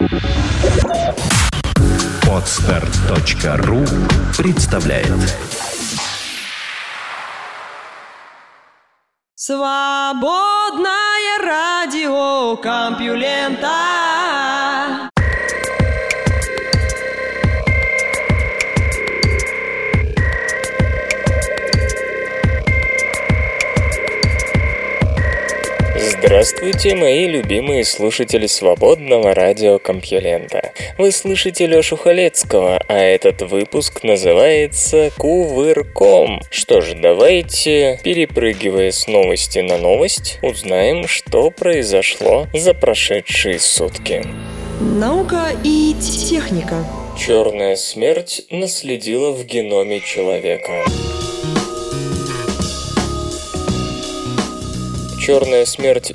Podster.ru представляет. Свободное радио Компьюлента. Здравствуйте, мои любимые слушатели свободного радио Компьюлента. Вы слышите Лёшу Халецкого, а этот выпуск называется «Кувырком». Что ж, давайте, перепрыгивая с новости на новость, узнаем, что произошло за прошедшие сутки. Наука и техника. Черная смерть наследила в геноме человека. Черная смерть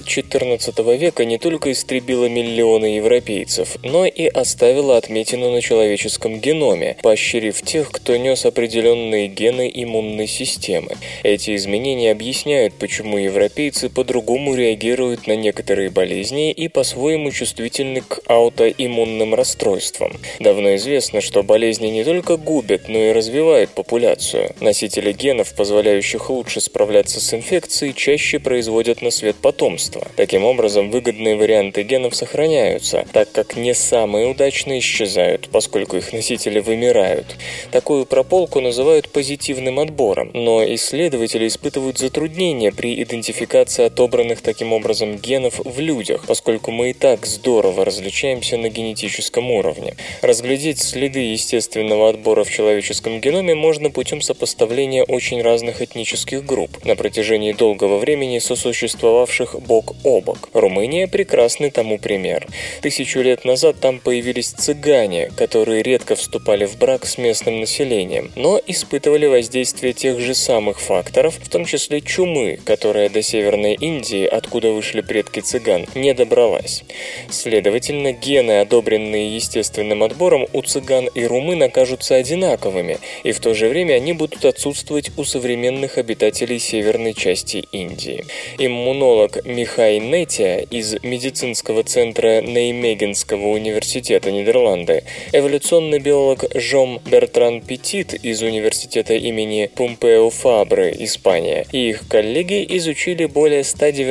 XIV века не только истребила миллионы европейцев, но и оставила отметину на человеческом геноме, поощрив тех, кто нес определенные гены иммунной системы. Эти изменения объясняют, почему европейцы по-другому реагируют на некоторые болезни и по-своему чувствительны к аутоиммунным расстройствам. Давно известно, что болезни не только губят, но и развивают популяцию. Носители генов, позволяющих лучше справляться с инфекцией, чаще производят на свет потомство. Таким образом, выгодные варианты генов сохраняются, так как не самые удачные исчезают, поскольку их носители вымирают. Такую прополку называют позитивным отбором, но исследователи испытывают затруднения при идентификации отобранных таким образом генов в людях, поскольку мы и так здорово различаемся на генетическом уровне. Разглядеть следы естественного отбора в человеческом геноме можно путем сопоставления очень разных этнических групп, на протяжении долгого времени сосуществовавших бок о бок. Румыния – прекрасный тому пример. 1000 лет назад там появились цыгане, которые редко вступали в брак с местным населением, но испытывали воздействие тех же самых факторов, в том числе чумы, которая до Северной Индии, откуда вышли предки цыган, не добралась. Следовательно, гены, одобренные естественным отбором, у цыган и румын окажутся одинаковыми, и в то же время они будут отсутствовать у современных обитателей северной части Индии. Иммунолог Михай Нетия из медицинского центра Неймегенского университета Нидерланды, эволюционный биолог Жом Бертран Петит из университета имени Помпео Фабры, Испания, и их коллеги изучили более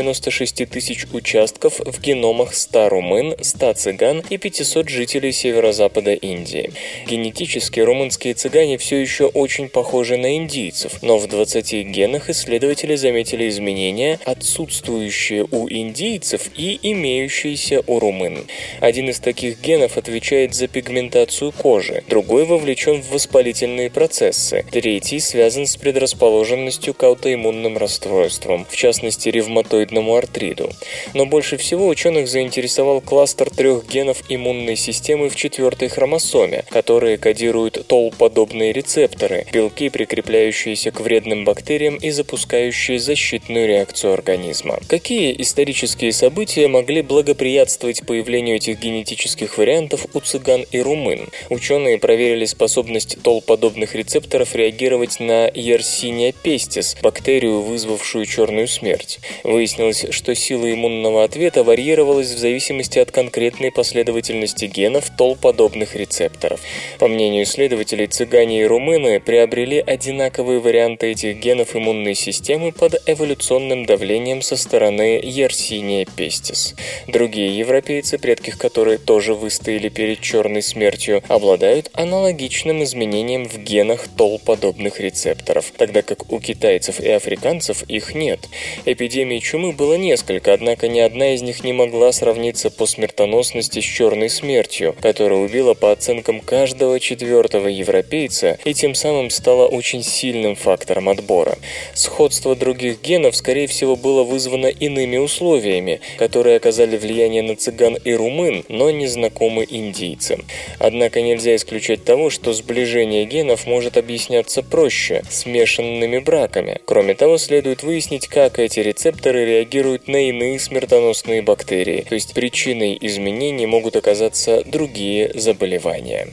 196 тысяч участков в геномах 100 румын, 100 цыган и 500 жителей северо-запада Индии. Генетически румынские цыгане все еще очень похожи на индийцев, но в 20 генах исследователи заметили изменения, отсутствующие у индийцев и имеющиеся у румын. Один из таких генов отвечает за пигментацию кожи, другой вовлечен в воспалительные процессы, третий связан с предрасположенностью к аутоиммунным расстройствам, в частности ревматоидному артриту. Но больше всего ученых заинтересовал кластер 3 генов иммунной системы в 4-й хромосоме, которые кодируют ТОЛ-подобные рецепторы, белки, прикрепляющиеся к вредным бактериям и запускающие защитную реакцию организма. Какие исторические события могли благоприятствовать появлению этих генетических вариантов у цыган и румын? Ученые проверили способность ТОЛ-подобных рецепторов реагировать на Yersinia pestis, бактерию, вызвавшую черную смерть. Выяснилось, что сила иммунного ответа варьировалась в зависимости от конкретной последовательности генов ТОЛ-подобных рецепторов. По мнению исследователей, цыгане и румыны приобрели одинаковые варианты этих генов иммунной системы под эволюционным давлением со стороны Yersinia pestis. Другие европейцы, предки которых тоже выстояли перед черной смертью, обладают аналогичным изменением в генах ТОЛ-подобных рецепторов, тогда как у китайцев и африканцев их нет. Эпидемий чумы было несколько, однако ни одна из них не могла сравниться по смертоносности с черной смертью, которая убила по оценкам каждого 4-го европейца и тем самым стала очень сильным фактором отбора. Сходство других генов, скорее всего, было вызвано иными условиями, которые оказали влияние на цыган и румын, но не знакомы индийцам. Однако нельзя исключать того, что сближение генов может объясняться проще – смешанными браками. Кроме того, следует выяснить, как эти рецепторы реагируют на иные смертоносные бактерии, то есть причиной изменений могут оказаться другие заболевания.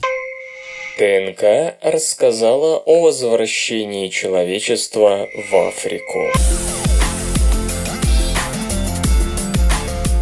ТНК рассказала о возвращении человечества в Африку.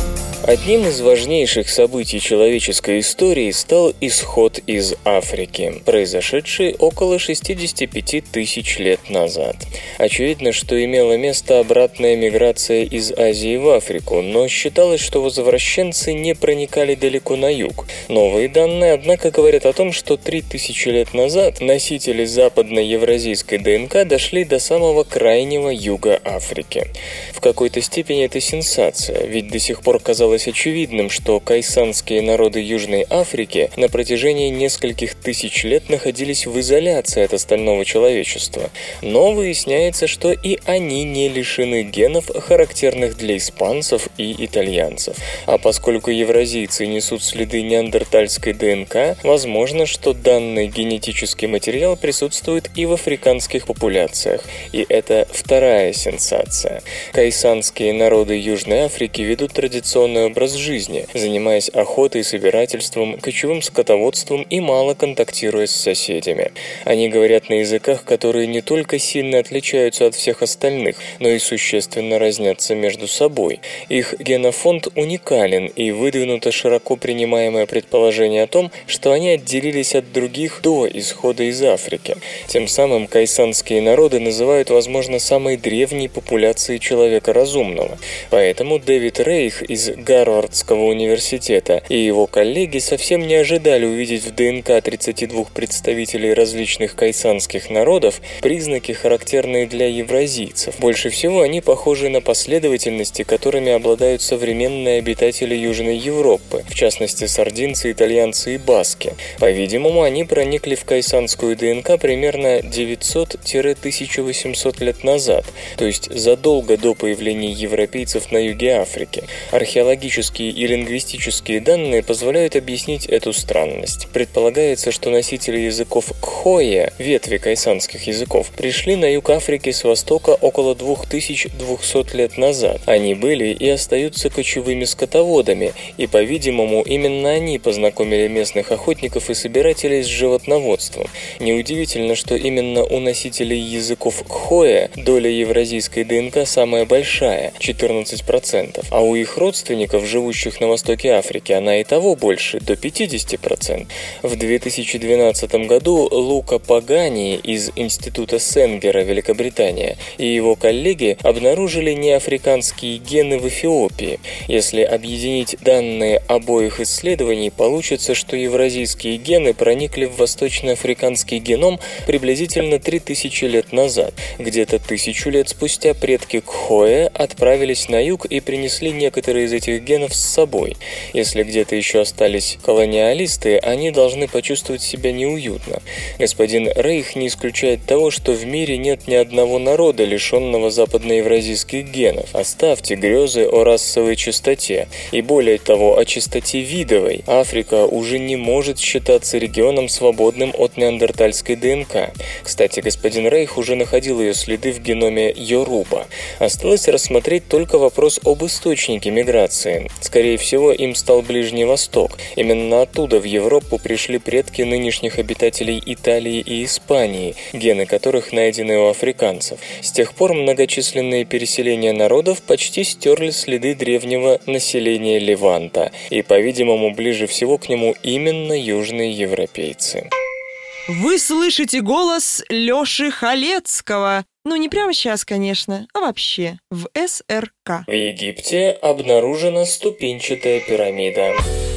Одним из важнейших событий человеческой истории стал исход из Африки, произошедший около 65 тысяч лет назад. Очевидно, что имела место обратная миграция из Азии в Африку, но считалось, что возвращенцы не проникали далеко на юг. Новые данные, однако, говорят о том, что 3000 лет назад носители западноевразийской ДНК дошли до самого крайнего юга Африки. В какой-то степени это сенсация, ведь до сих пор казалось очевидным, что кайсанские народы Южной Африки на протяжении нескольких тысяч лет находились в изоляции от остального человечества. Но выясняется, что и они не лишены генов, характерных для испанцев и итальянцев. А поскольку евразийцы несут следы неандертальской ДНК, возможно, что данный генетический материал присутствует и в африканских популяциях. И это вторая сенсация. Кайсанские народы Южной Африки ведут традиционный образ жизни, занимаясь охотой, собирательством, кочевым скотоводством и мало контактируя с соседями. Они говорят на языках, которые не только сильно отличаются от всех остальных, но и существенно разнятся между собой. Их генофонд уникален, и выдвинуто широко принимаемое предположение о том, что они отделились от других до исхода из Африки. Тем самым кайсанские народы называют, возможно, самой древней популяцией человека разумного. Поэтому Дэвид Рейх из Гарвардского университета и его коллеги совсем не ожидали увидеть в ДНК 32 представителей различных кайсанских народов признаки, характерные для евразийцев. Больше всего они похожи на последовательности, которыми обладают современные обитатели Южной Европы, в частности сардинцы, итальянцы и баски. По-видимому, они проникли в кайсанскую ДНК примерно 900-1800 лет назад, то есть задолго до появления европейцев на юге Африки. Археологические и лингвистические данные позволяют объяснить эту странность. Предполагается, что носители языков кхоя, ветви кайсанских языков, пришли на юг Африки с востока около 2200 лет назад. Они были и остаются кочевыми скотоводами, и, по-видимому, именно они познакомили местных охотников и собирателей с животноводством. Неудивительно, что именно у носителей языков кхоя доля евразийской ДНК самая большая – 14%, а у их родственников, живущих на востоке Африки, она и того больше – до 50%. В 2012 году Лука Пагани из Института Сенгера, Великобритания, и его коллеги обнаружили неафриканские гены в Эфиопии. Если объединить данные обоих исследований, получится, что евразийские гены проникли в восточноафриканский геном приблизительно 3000 лет назад. Где-то 1000 лет спустя предки кхоя отправились на юг и принесли некоторые из этих генов с собой. Если где-то еще остались колониалисты, они должны почувствовать себя неуютно. Господин Рейх не исключает того, что в мире нет ни одного народа, лишенного западноевразийских генов. Оставьте грезы о расовой чистоте. И более того, о чистоте видовой. Африка уже не может считаться регионом, свободным от неандертальской ДНК. Кстати, господин Рейх уже находил ее следы в геноме Йоруба. Осталось рассмотреть только вопрос об источнике миграции. Скорее всего, им стал Ближний Восток. Именно оттуда в Европу пришли предки нынешних обитателей Италии и Испании, гены которых найдены у африканцев. С тех пор многочисленные переселения народов почти стерли следы древнего населения Леванта, и, по-видимому, ближе всего к нему именно южные европейцы. Вы слышите голос Лёши Халецкого. Ну, не прямо сейчас, конечно, а вообще в СРК. В Египте обнаружена ступенчатая пирамида.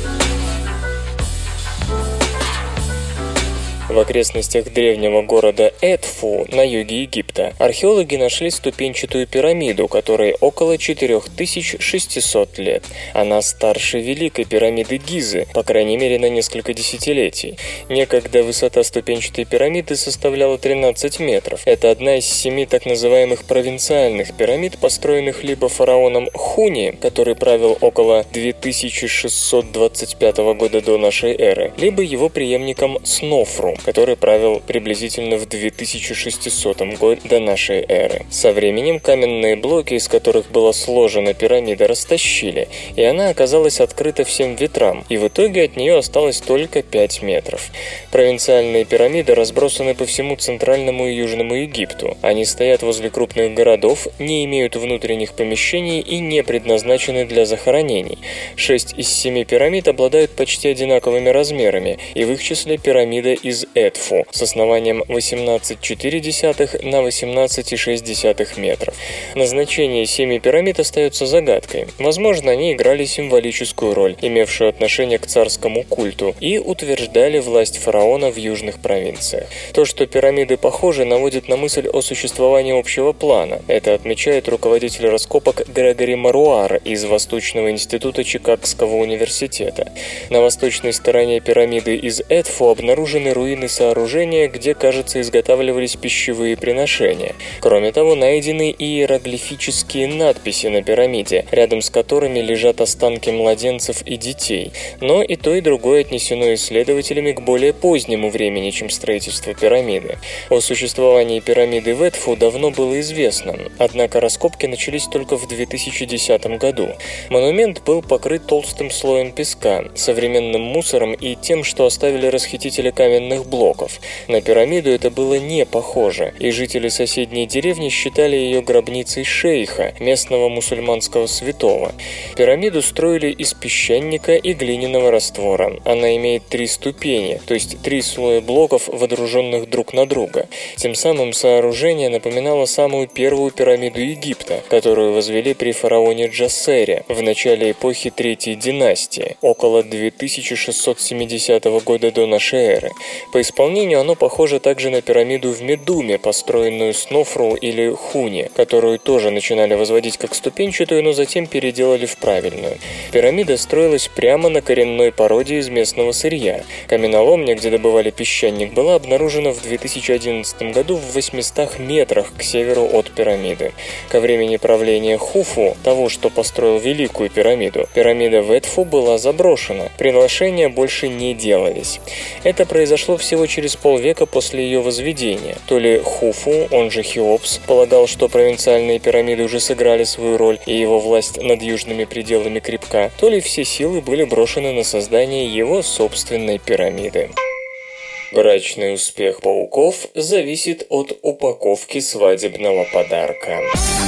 В окрестностях древнего города Эдфу на юге Египта археологи нашли ступенчатую пирамиду, которой около 4600 лет. Она старше Великой пирамиды Гизы, по крайней мере на несколько десятилетий. Некогда высота ступенчатой пирамиды составляла 13 метров. Это одна из 7 так называемых провинциальных пирамид, построенных либо фараоном Хуни, который правил около 2625 года до нашей эры, либо его преемником Снофру. который правил приблизительно в 2600 год до нашей эры. Со временем каменные блоки, из которых была сложена пирамида, растащили, и она оказалась открыта всем ветрам, и в итоге от нее осталось только 5 метров. Провинциальные пирамиды разбросаны по всему Центральному и Южному Египту. Они стоят возле крупных городов, не имеют внутренних помещений и не предназначены для захоронений. 6 из 7 пирамид обладают почти одинаковыми размерами, и в их числе пирамида из Эдфу с основанием 18,4 на 18,6 метров. Назначение 7 пирамид остается загадкой. Возможно, они играли символическую роль, имевшую отношение к царскому культу, и утверждали власть фараона в южных провинциях. То, что пирамиды похожи, наводит на мысль о существовании общего плана. Это отмечает руководитель раскопок Грегори Маруар из Восточного института Чикагского университета. На восточной стороне пирамиды из Эдфу обнаружены руины сооружения, где, кажется, изготавливались пищевые приношения. Кроме того, найдены иероглифические надписи на пирамиде, рядом с которыми лежат останки младенцев и детей. Но и то, и другое отнесено исследователями к более позднему времени, чем строительство пирамиды. О существовании пирамиды в Эдфу давно было известно, однако раскопки начались только в 2010 году. Монумент был покрыт толстым слоем песка, современным мусором и тем, что оставили расхитители каменных блоков. На пирамиду это было не похоже, и жители соседней деревни считали ее гробницей шейха, местного мусульманского святого. Пирамиду строили из песчаника и глиняного раствора. Она имеет 3 ступени, то есть 3 слоя блоков, водруженных друг на друга. Тем самым сооружение напоминало самую первую пирамиду Египта, которую возвели при фараоне Джосере в начале эпохи Третьей династии, около 2670 года до нашей эры. По исполнению оно похоже также на пирамиду в Медуме, построенную с Нофру или Хуни, которую тоже начинали возводить как ступенчатую, но затем переделали в правильную. Пирамида строилась прямо на коренной породе из местного сырья. Каменоломня, где добывали песчаник, была обнаружена в 2011 году в 800 метрах к северу от пирамиды. Ко времени правления Хуфу, того, что построил Великую пирамиду, пирамида в Эдфу была заброшена, приношения больше не делались. Это произошло всего через полвека после ее возведения. То ли Хуфу, он же Хеопс, полагал, что провинциальные пирамиды уже сыграли свою роль и его власть над южными пределами крепка, то ли все силы были брошены на создание его собственной пирамиды. Брачный успех пауков зависит от упаковки свадебного подарка.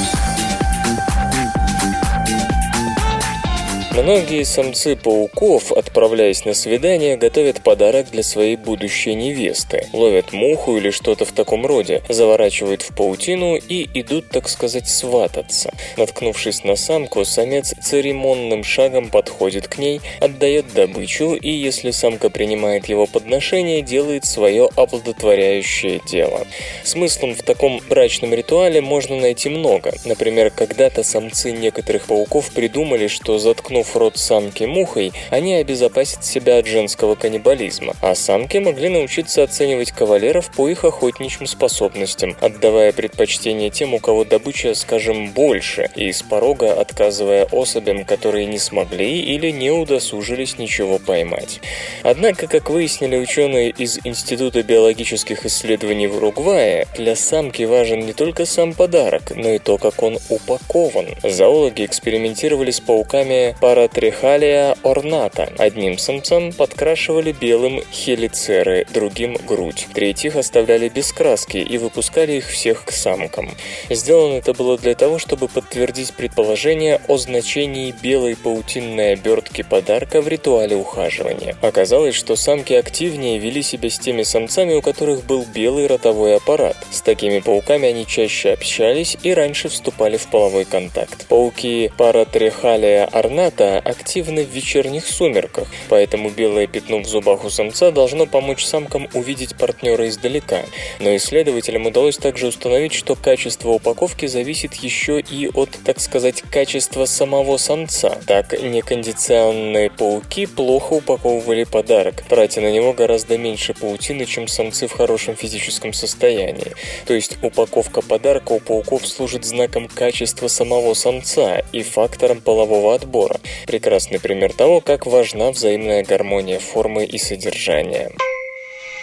Многие самцы пауков, отправляясь на свидание, готовят подарок для своей будущей невесты. Ловят муху или что-то в таком роде, заворачивают в паутину и идут, так сказать, свататься. Наткнувшись на самку, самец церемонным шагом подходит к ней, отдает добычу и, если самка принимает его подношение, делает свое оплодотворяющее дело. Смыслом в таком брачном ритуале можно найти много. Например, когда-то самцы некоторых пауков придумали, что, заткнув рот самки мухой, они обезопасят себя от женского каннибализма, а самки могли научиться оценивать кавалеров по их охотничьим способностям, отдавая предпочтение тем, у кого добыча, скажем, больше, и с порога отказывая особям, которые не смогли или не удосужились ничего поймать. Однако, как выяснили ученые из Института биологических исследований в Уругвае, для самки важен не только сам подарок, но и то, как он упакован. Зоологи экспериментировали с пауками Paratrichalia ornata. Одним самцам подкрашивали белым хелицеры, другим – грудь. Третьих оставляли без краски и выпускали их всех к самкам. Сделано это было для того, чтобы подтвердить предположение о значении белой паутинной обертки подарка в ритуале ухаживания. Оказалось, что самки активнее вели себя с теми самцами, у которых был белый ротовой аппарат. С такими пауками они чаще общались и раньше вступали в половой контакт. Пауки Paratrichalia ornata активны в вечерних сумерках, поэтому белое пятно в зубах у самца должно помочь самкам увидеть партнера издалека. Но исследователям удалось также установить, что качество упаковки зависит еще и от, так сказать, качества самого самца. Так, некондиционные пауки плохо упаковывали подарок, тратя на него гораздо меньше паутины, чем самцы в хорошем физическом состоянии. То есть упаковка подарка у пауков служит знаком качества самого самца и фактором полового отбора. Прекрасный пример того, как важна взаимная гармония формы и содержания.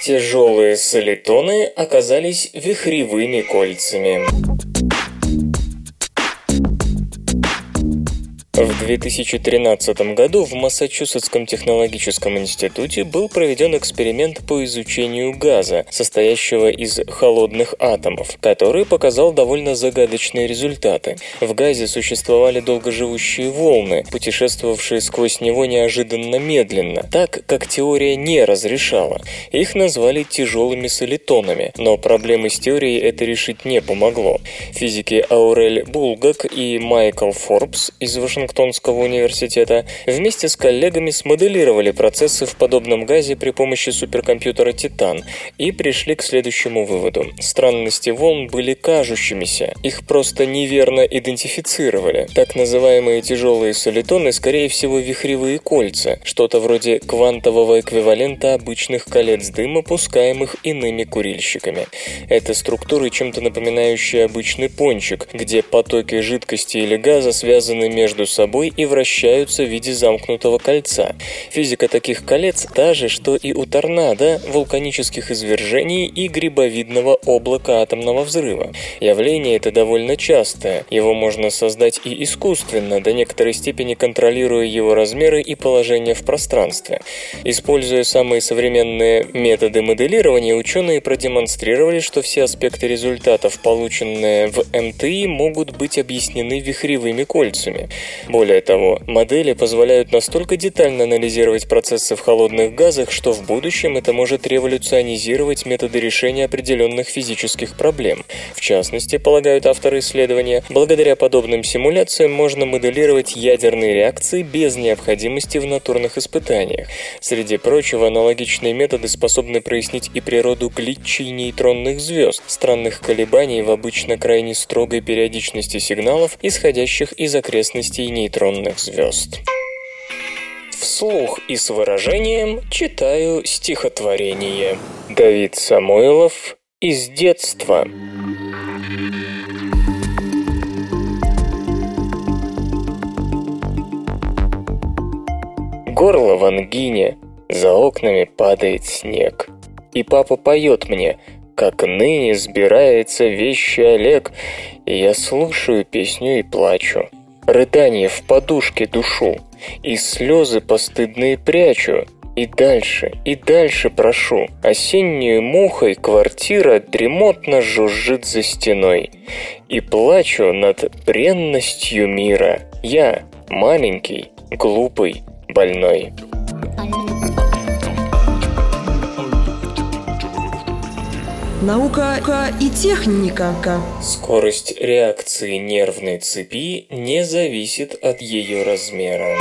Тяжелые солитоны оказались вихревыми кольцами. В 2013 году в Массачусетском технологическом институте был проведен эксперимент по изучению газа, состоящего из холодных атомов, который показал довольно загадочные результаты. В газе существовали долгоживущие волны, путешествовавшие сквозь него неожиданно медленно, так, как теория не разрешала. Их назвали тяжелыми солитонами, но проблемы с теорией это решить не помогло. Физики Аурель Булгак и Майкл Форбс из Вашингтонского университета вместе с коллегами смоделировали процессы в подобном газе при помощи суперкомпьютера Титан и пришли к следующему выводу. Странности волн были кажущимися, их просто неверно идентифицировали. Так называемые тяжелые солитоны, скорее всего, вихревые кольца, что-то вроде квантового эквивалента обычных колец дыма, пускаемых иными курильщиками. Это структуры, чем-то напоминающие обычный пончик, где потоки жидкости или газа связаны между собой и вращаются в виде замкнутого кольца. Физика таких колец та же, что и у торнадо, вулканических извержений и грибовидного облака атомного взрыва. Явление это довольно частое, его можно создать и искусственно, до некоторой степени контролируя его размеры и положение в пространстве. Используя самые современные методы моделирования, ученые продемонстрировали, что все аспекты результатов, полученные в МТИ, могут быть объяснены вихревыми кольцами. Более того, модели позволяют настолько детально анализировать процессы в холодных газах, что в будущем это может революционизировать методы решения определенных физических проблем. В частности, полагают авторы исследования, благодаря подобным симуляциям можно моделировать ядерные реакции без необходимости в натурных испытаниях. Среди прочего, аналогичные методы способны прояснить и природу глитчей нейтронных звезд, странных колебаний в обычно крайне строгой периодичности сигналов, исходящих из окрестностей нейтронных звезд. Вслух и с выражением читаю стихотворение. Давид Самойлов из детства. Горло в ангине, за окнами падает снег. И папа поет мне, как ныне сбирается вещи Олег, и я слушаю песню и плачу. Рыдание в подушке душу, и слезы постыдные прячу, и дальше прошу. Осеннюю мухой квартира дремотно жужжит за стеной. И плачу над бренностью мира. Я маленький, глупый, больной. Наука и техника. Скорость реакции нервной цепи не зависит от ее размера.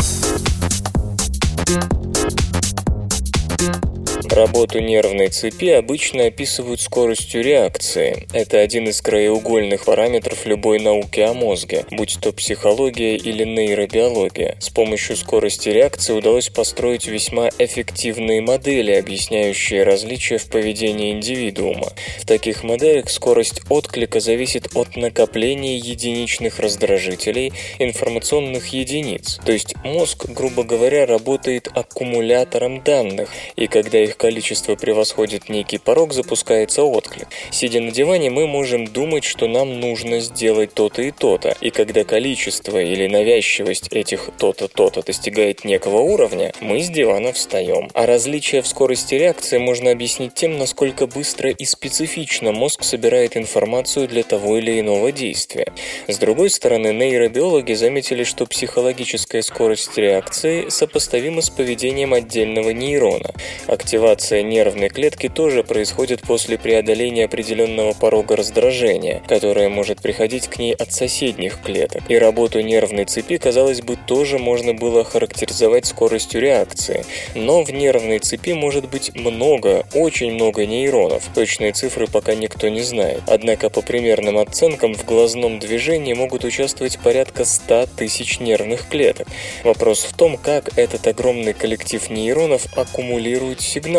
Работу нервной цепи обычно описывают скоростью реакции. Это один из краеугольных параметров любой науки о мозге, будь то психология или нейробиология. С помощью скорости реакции удалось построить весьма эффективные модели, объясняющие различия в поведении индивидуума. В таких моделях скорость отклика зависит от накопления единичных раздражителей, информационных единиц. То есть мозг, грубо говоря, работает аккумулятором данных, и когда их количество превосходит некий порог, запускается отклик. Сидя на диване, мы можем думать, что нам нужно сделать то-то и то-то, и когда количество или навязчивость этих то-то достигает некого уровня, мы с дивана встаем. А различие в скорости реакции можно объяснить тем, насколько быстро и специфично мозг собирает информацию для того или иного действия. С другой стороны, нейробиологи заметили, что психологическая скорость реакции сопоставима с поведением отдельного нейрона. Активация нервной клетки тоже происходит после преодоления определенного порога раздражения, которое может приходить к ней от соседних клеток. И работу нервной цепи, казалось бы, тоже можно было охарактеризовать скоростью реакции. Но в нервной цепи может быть много, очень много нейронов. Точные цифры пока никто не знает. Однако по примерным оценкам в глазном движении могут участвовать порядка 100 тысяч нервных клеток. Вопрос в том, как этот огромный коллектив нейронов аккумулирует сигнал,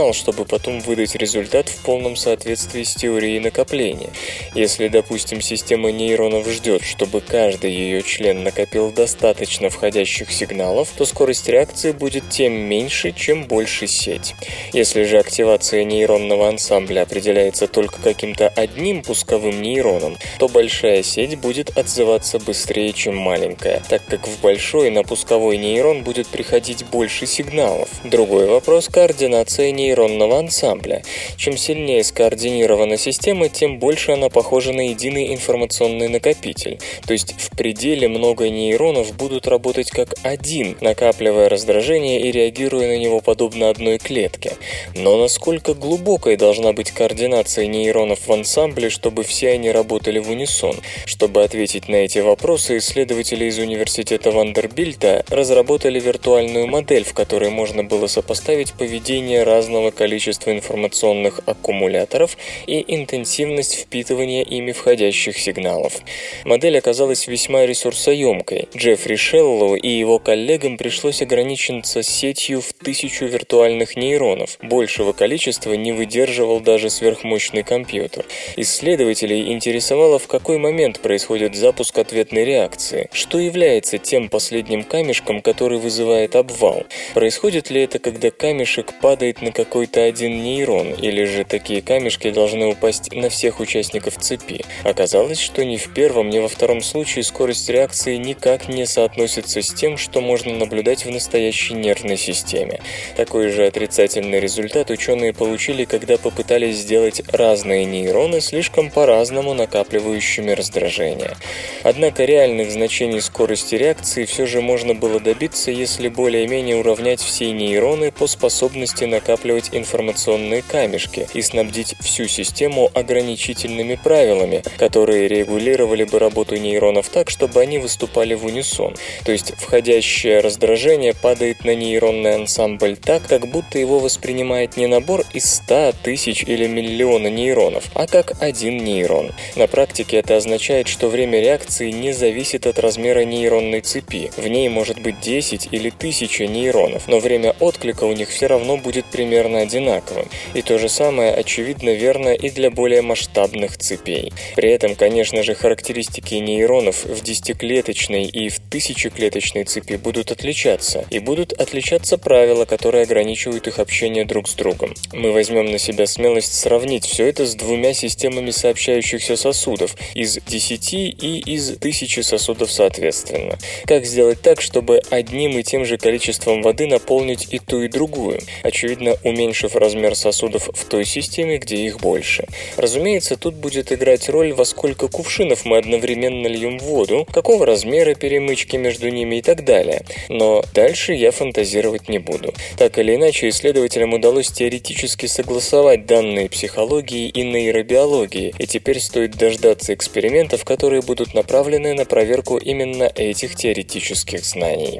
сигнал, чтобы потом выдать результат в полном соответствии с теорией накопления. Если, допустим, система нейронов ждет, чтобы каждый ее член накопил достаточно входящих сигналов, то скорость реакции будет тем меньше, чем больше сеть. Если же активация нейронного ансамбля определяется только каким-то одним пусковым нейроном, то большая сеть будет отзываться быстрее, чем маленькая, так как в большой на пусковой нейрон будет приходить больше сигналов. Другой вопрос – координация нейронного ансамбля. Чем сильнее скоординирована система, тем больше она похожа на единый информационный накопитель. То есть в пределе много нейронов будут работать как один, накапливая раздражение и реагируя на него подобно одной клетке. Но насколько глубокой должна быть координация нейронов в ансамбле, чтобы все они работали в унисон? Чтобы ответить на эти вопросы, исследователи из университета Вандербильта разработали виртуальную модель, в которой можно было сопоставить поведение разного количества информационных аккумуляторов и интенсивность впитывания ими входящих сигналов. Модель оказалась весьма ресурсоемкой. Джеффри Шеллоу и его коллегам пришлось ограничиться сетью в 1000 виртуальных нейронов. Большего количества не выдерживал даже сверхмощный компьютер. Исследователей интересовало, в какой момент происходит запуск ответной реакции, что является тем последним камешком, который вызывает обвал. Происходит ли это, когда камешек падает на какой-то один нейрон, или же такие камешки должны упасть на всех участников цепи? Оказалось, что ни в первом, ни во втором случае скорость реакции никак не соотносится с тем, что можно наблюдать в настоящей нервной системе. Такой же отрицательный результат ученые получили, когда попытались сделать разные нейроны слишком по-разному накапливающими раздражение. Однако реальных значений скорости реакции все же можно было добиться, если более-менее уравнять все нейроны по способности накапливать информационные камешки и снабдить всю систему ограничительными правилами, которые регулировали бы работу нейронов так, чтобы они выступали в унисон. То есть входящее раздражение падает на нейронный ансамбль так, как будто его воспринимает не набор из 100, 1000 или миллиона нейронов, а как один нейрон. На практике это означает, что время реакции не зависит от размера нейронной цепи. В ней может быть 10 или 1000 нейронов, но время отклика у них все равно будет примерно одинаковым. И то же самое, очевидно, верно и для более масштабных цепей. При этом, конечно же, характеристики нейронов в 10-клеточной и в 1000-клеточной цепи будут отличаться. И будут отличаться правила, которые ограничивают их общение друг с другом. Мы возьмем на себя смелость сравнить все это с двумя системами сообщающихся сосудов из 10 и из 1000 сосудов соответственно. Как сделать так, чтобы одним и тем же количеством воды наполнить и ту, и другую? Очевидно, уменьшив размер сосудов в той системе, где их больше. Разумеется, тут будет играть роль, во сколько кувшинов мы одновременно льем воду, какого размера перемычки между ними и так далее. Но дальше я фантазировать не буду. Так или иначе, исследователям удалось теоретически согласовать данные психологии и нейробиологии, и теперь стоит дождаться экспериментов, которые будут направлены на проверку именно этих теоретических знаний.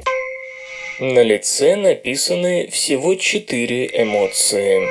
На лице написаны всего 4 эмоции.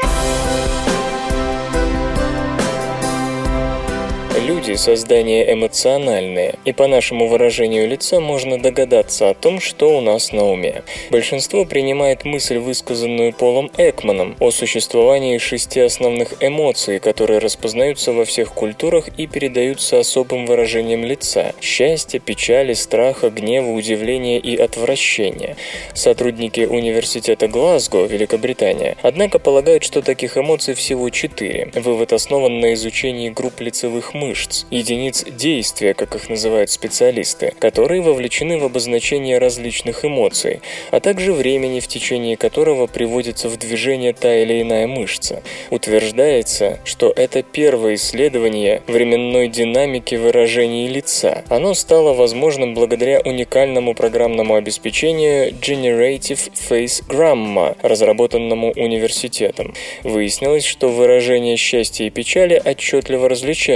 Люди – создания эмоциональные, и по нашему выражению лица можно догадаться о том, что у нас на уме. Большинство принимает мысль, высказанную Полом Экманом, о существовании 6 основных эмоций, которые распознаются во всех культурах и передаются особым выражением лица – счастья, печали, страха, гнева, удивления и отвращения. Сотрудники университета Глазго, Великобритания, однако полагают, что таких эмоций всего 4. Вывод основан на изучении групп лицевых мышц, единиц действия, как их называют специалисты, которые вовлечены в обозначение различных эмоций, а также времени, в течение которого приводится в движение та или иная мышца. Утверждается, что это первое исследование временной динамики выражений лица. Оно стало возможным благодаря уникальному программному обеспечению Generative Face Gramma, разработанному университетом. Выяснилось, что выражения счастья и печали отчетливо различаются.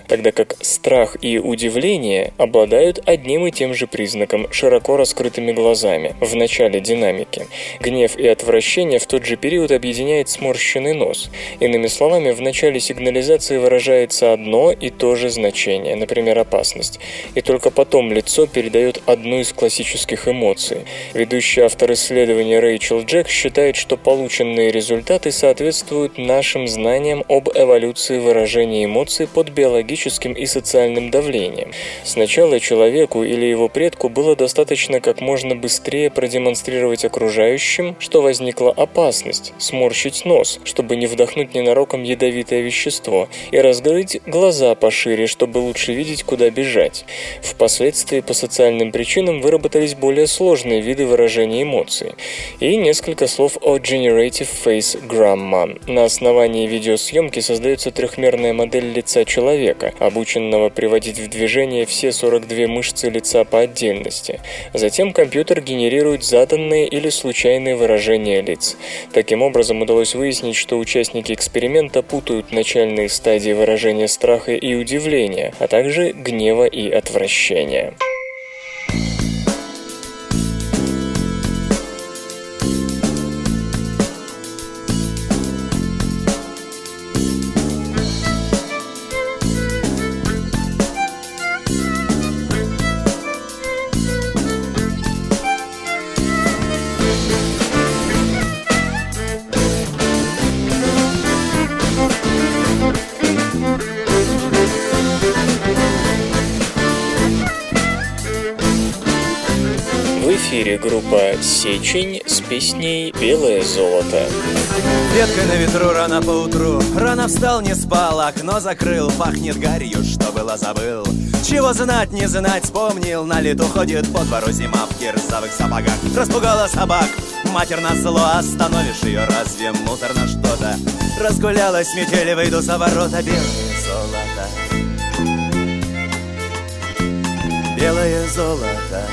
тогда как страх и удивление обладают одним и тем же признаком – широко раскрытыми глазами в начале динамики. Гнев и отвращение в тот же период объединяет сморщенный нос. Иными словами, в начале сигнализации выражается одно и то же значение, например, опасность, и только потом лицо передает одну из классических эмоций. Ведущий автор исследования Рэйчел Джек считает, что полученные результаты соответствуют нашим знаниям об эволюции выражения эмоций под биологическим и социальным давлением. Сначала человеку или его предку было достаточно как можно быстрее продемонстрировать окружающим, что возникла опасность, сморщить нос, чтобы не вдохнуть ненароком ядовитое вещество, и разгрыть глаза пошире, чтобы лучше видеть, куда бежать. Впоследствии по социальным причинам выработались более сложные виды выражения эмоций. И несколько слов о Generative Face Grammar. На основании видеосъемки создается трехмерная модель лица человека, обученного приводить в движение все 42 мышцы лица по отдельности. Затем компьютер генерирует заданные или случайные выражения лиц. Таким образом, удалось выяснить, что участники эксперимента путают начальные стадии выражения страха и удивления, а также гнева и отвращения. В эфире группа «Сечень» с песней «Белое золото». Ветка на ветру рано поутру, рано встал, не спал, окно закрыл, пахнет гарью, что было забыл. Чего знать, не знать, вспомнил, на лету ходит по двору зима в кирзовых сапогах. Распугала собак, матерь назло, остановишь ее, разве мусорно что-то? Разгулялась метель, выйду за ворота, белое золото. Белое золото.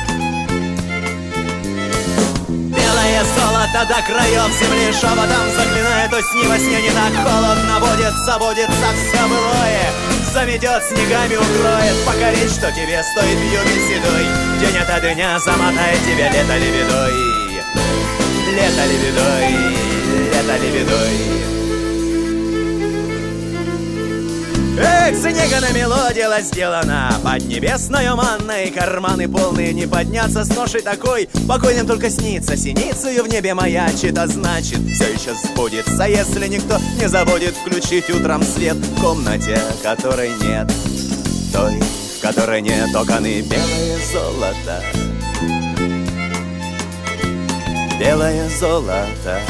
Белое золото до краев земли шепотом заклинает, осень во сне не так холодно будет, забудется все былое, заметет снегами, укроет, покорить, что тебе стоит в юге седой. День ото дня замотает тебя лето лебедой, лето лебедой, лето лебедой. Эх, снега намело, дело сделано, под небесною манной карманы полные, не подняться с ношей такой, покойным только снится, синицею в небе маячит, а значит, все еще сбудется, если никто не забудет включить утром свет в комнате, которой нет, той, в которой нет окон, и белое золото, белое золото.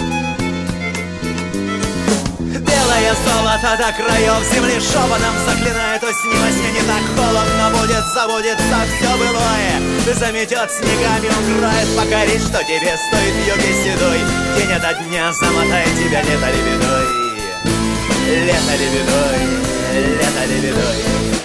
Белое золото до краев земли шепотом заклинает, осень во сне не так холодно будет, забудется все былое, заметет снегами, укроет, покорить, что тебе стоит в юге седой. День ото дня замотает тебя лето лебедой, лето лебедой, лето лебедой.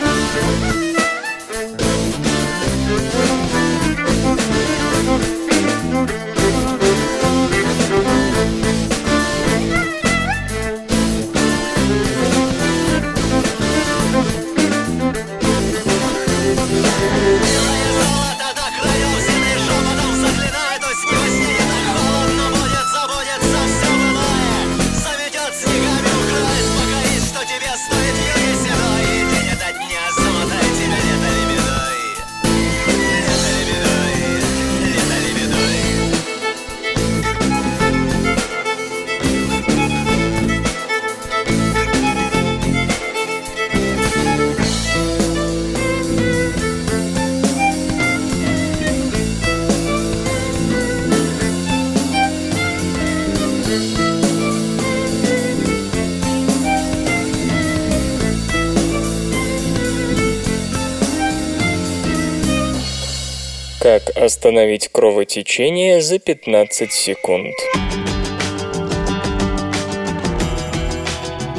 Как остановить кровотечение за 15 секунд.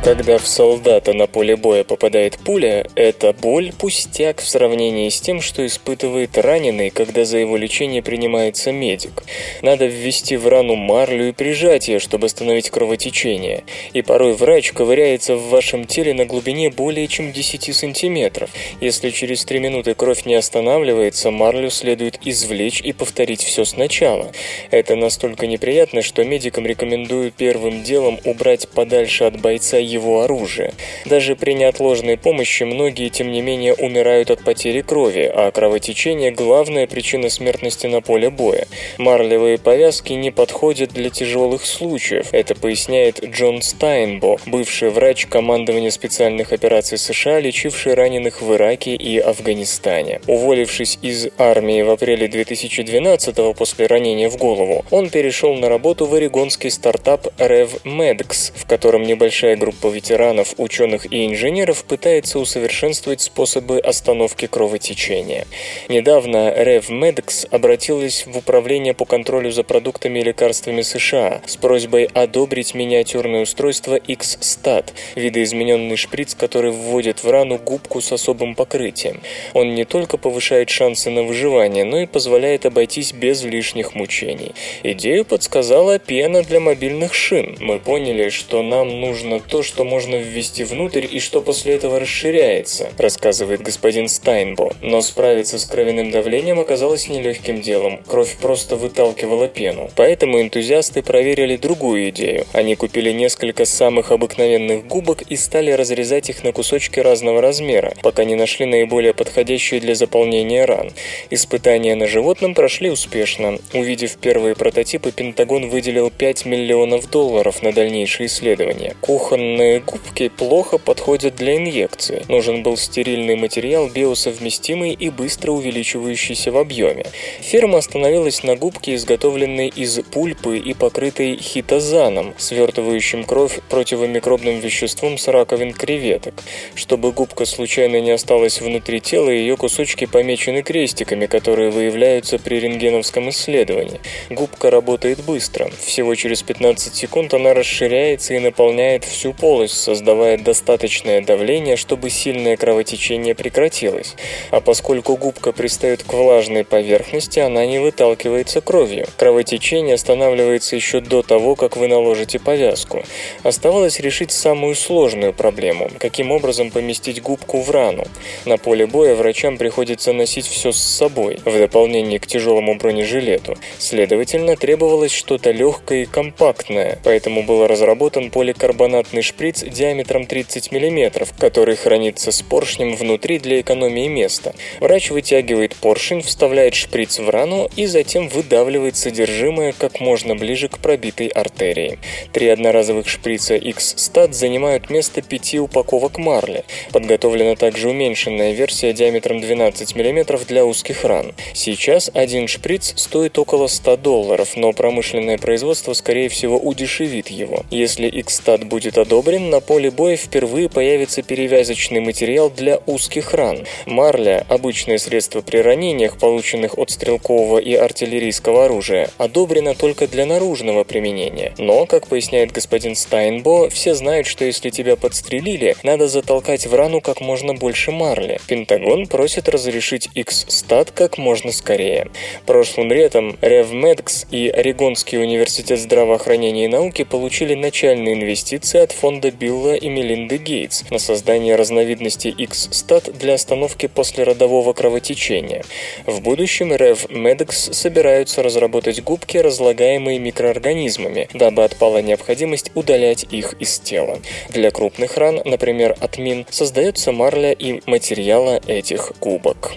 Когда в солдата на поле боя попадает пуля, эта боль пустяк в сравнении с тем, что испытывает раненый, когда за его лечение принимается медик. Надо ввести в рану марлю и прижать ее, чтобы остановить кровотечение. И порой врач ковыряется в вашем теле на глубине более чем 10 сантиметров. Если через 3 минуты кровь не останавливается, марлю следует извлечь и повторить все сначала. Это настолько неприятно, что медикам рекомендую первым делом убрать подальше от бойца его оружие. Даже при неотложной помощи многие, тем не менее, умирают от потери крови, а кровотечение – главная причина смертности на поле боя. Марлевые повязки не подходят для тяжелых случаев. Это поясняет Джон Стайнбо, бывший врач командования специальных операций США, лечивший раненых в Ираке и Афганистане. Уволившись из армии в апреле 2012-го после ранения в голову, он перешел на работу в орегонский стартап RevMedx, в котором небольшая группа ветеранов, ученых и инженеров пытается усовершенствовать способы остановки кровотечения. Недавно RevMedx обратилась в Управление по контролю за продуктами и лекарствами США с просьбой одобрить миниатюрное устройство X-Stat, видоизмененный шприц, который вводит в рану губку с особым покрытием. Он не только повышает шансы на выживание, но и позволяет обойтись без лишних мучений. Идею подсказала пена для мобильных шин. Мы поняли, что нам нужно то, что можно ввести внутрь и что после этого расширяется, рассказывает господин Стайнбо. Но справиться с кровяным давлением оказалось нелегким делом. Кровь просто выталкивала пену. Поэтому энтузиасты проверили другую идею. Они купили несколько самых обыкновенных губок и стали разрезать их на кусочки разного размера, пока не нашли наиболее подходящие для заполнения ран. Испытания на животном прошли успешно. Увидев первые прототипы, Пентагон выделил $5 миллионов на дальнейшие исследования. Кухонные губки плохо подходят для инъекции. Нужен был стерильный материал, биосовместимый и быстро увеличивающийся в объеме. Фирма остановилась на губке, изготовленной из пульпы и покрытой хитозаном, свертывающим кровь противомикробным веществом с раковин креветок. Чтобы губка случайно не осталась внутри тела, ее кусочки помечены крестиками, которые выявляются при рентгеновском исследовании. Губка работает быстро. Всего через 15 секунд она расширяется и наполняет всю полость, создавая достаточное давление, чтобы сильное кровотечение прекратилось. А поскольку губка пристает к влажной поверхности, она не выталкивается кровью. Кровотечение останавливается еще до того, как вы наложите повязку. Оставалось решить самую сложную проблему – каким образом поместить губку в рану. На поле боя врачам приходится носить все с собой, в дополнение к тяжелому бронежилету. Следовательно, требовалось что-то легкое и компактное, поэтому был разработан поликарбонатный шприц диаметром 30 мм, который хранится с поршнем внутри для экономии места. Врач вытягивает поршень, вставляет шприц в рану и затем выдавливает содержимое как можно ближе к пробитой артерии. 3 одноразовых шприца X-Stat занимают место 5 упаковок марли. Подготовлена также уменьшенная версия диаметром 12 мм для узких ран. Сейчас один шприц стоит около $100, но промышленное производство, скорее всего, удешевит его. Если X-Stat будет одобрен, на поле боя впервые появится перевязочный материал для узких ран. Марля, обычное средство при ранениях, полученных от стрелкового и артиллерийского оружия, одобрена только для наружного применения. Но, как поясняет господин Стайнбо, все знают, что если тебя подстрелили, надо затолкать в рану как можно больше марли. Пентагон просит разрешить X-Stat как можно скорее. Прошлым летом RevMedx и Орегонский университет здравоохранения и науки получили начальные инвестиции от фонда Билла и Мелинды Гейтс на создание разновидности X-Stat для остановки послеродового кровотечения. В будущем RevMedx собираются разработать губки, разлагаемые микроорганизмами, дабы отпала необходимость удалять их из тела. Для крупных ран, например, от мин, создается марля и материала этих губок.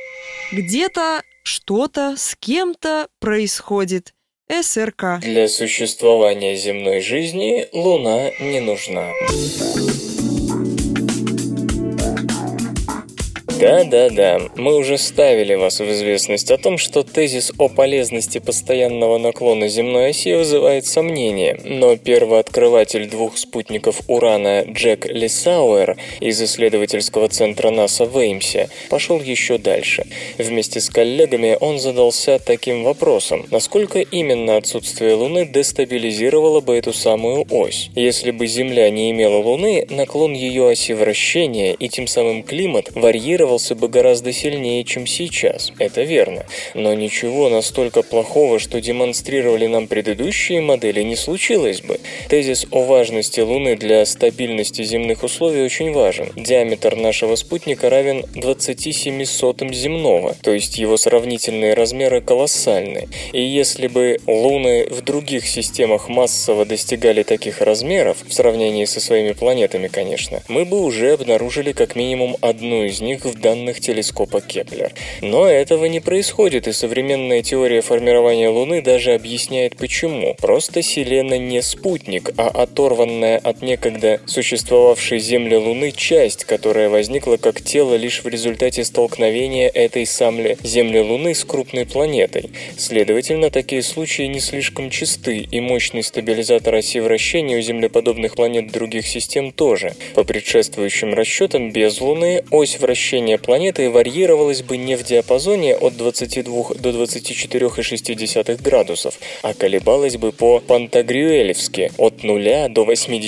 Где-то что-то с кем-то происходит. СРК. Для существования земной жизни Луна не нужна. Да-да-да, мы уже ставили вас в известность о том, что тезис о полезности постоянного наклона земной оси вызывает сомнения, но первооткрыватель двух спутников Урана Джек Лисауэр из исследовательского центра НАСА в Эймсе пошел еще дальше. Вместе с коллегами он задался таким вопросом: насколько именно отсутствие Луны дестабилизировало бы эту самую ось? Если бы Земля не имела Луны, наклон ее оси вращения и тем самым климат варьировался бы гораздо сильнее, чем сейчас. Это верно. Но ничего настолько плохого, что демонстрировали нам предыдущие модели, не случилось бы. Тезис о важности Луны для стабильности земных условий очень важен. Диаметр нашего спутника равен 27 сотым земного, то есть его сравнительные размеры колоссальны. И если бы Луны в других системах массово достигали таких размеров, в сравнении со своими планетами, конечно, мы бы уже обнаружили как минимум одну из них в данных телескопа Кеплер. Но этого не происходит, и современная теория формирования Луны даже объясняет почему. Просто Селена не спутник, а оторванная от некогда существовавшей Земли Луны часть, которая возникла как тело лишь в результате столкновения этой самой Земли Луны с крупной планетой. Следовательно, такие случаи не слишком часты, и мощный стабилизатор оси вращения у землеподобных планет других систем тоже. По предшествующим расчетам, без Луны ось вращения планеты варьировалась бы не в диапазоне от 22 до 24,6 градусов, а колебалась бы по-пантагрюэлевски от 0 до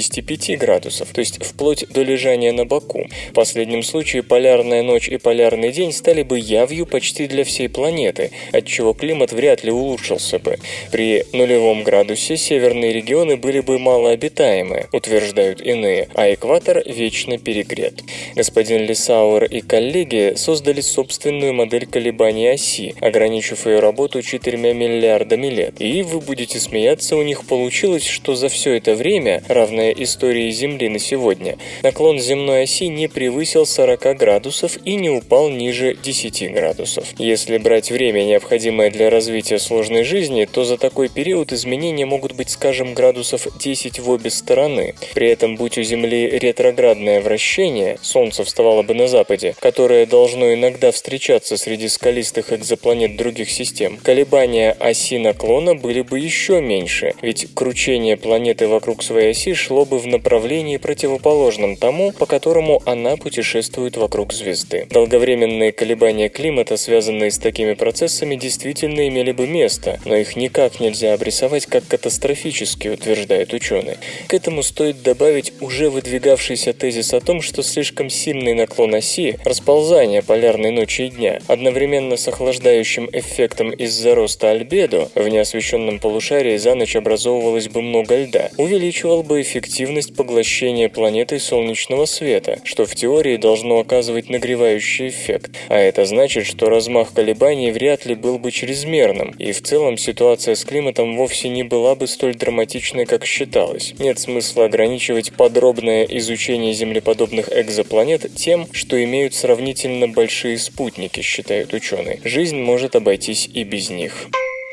85 градусов, то есть вплоть до лежания на боку. В последнем случае полярная ночь и полярный день стали бы явью почти для всей планеты, отчего климат вряд ли улучшился бы. При 0 градусе северные регионы были бы малообитаемы, утверждают иные, а экватор вечно перегрет. Господин Лисауэр и коллеги создали собственную модель колебаний оси, ограничив ее работу 4 миллиардами лет. И вы будете смеяться, у них получилось, что за все это время, равное истории Земли на сегодня, наклон земной оси не превысил 40 градусов и не упал ниже 10 градусов. Если брать время, необходимое для развития сложной жизни, то за такой период изменения могут быть, скажем, градусов 10 в обе стороны. При этом, будь у Земли ретроградное вращение, Солнце вставало бы на западе, которое должно иногда встречаться среди скалистых экзопланет других систем, колебания оси наклона были бы еще меньше, ведь кручение планеты вокруг своей оси шло бы в направлении противоположном тому, по которому она путешествует вокруг звезды. Долговременные колебания климата, связанные с такими процессами, действительно имели бы место, но их никак нельзя обрисовать как катастрофические, утверждают ученые. К этому стоит добавить уже выдвигавшийся тезис о том, что слишком сильный наклон оси, расползание полярной ночи и дня, одновременно с охлаждающим эффектом из-за роста альбедо, в неосвещенном полушарии за ночь образовывалось бы много льда, увеличивал бы эффективность поглощения планетой солнечного света, что в теории должно оказывать нагревающий эффект. А это значит, что размах колебаний вряд ли был бы чрезмерным, и в целом ситуация с климатом вовсе не была бы столь драматичной, как считалось. Нет смысла ограничивать подробное изучение землеподобных экзопланет тем, что имеют сравнительно большие спутники, считают ученые. Жизнь может обойтись и без них.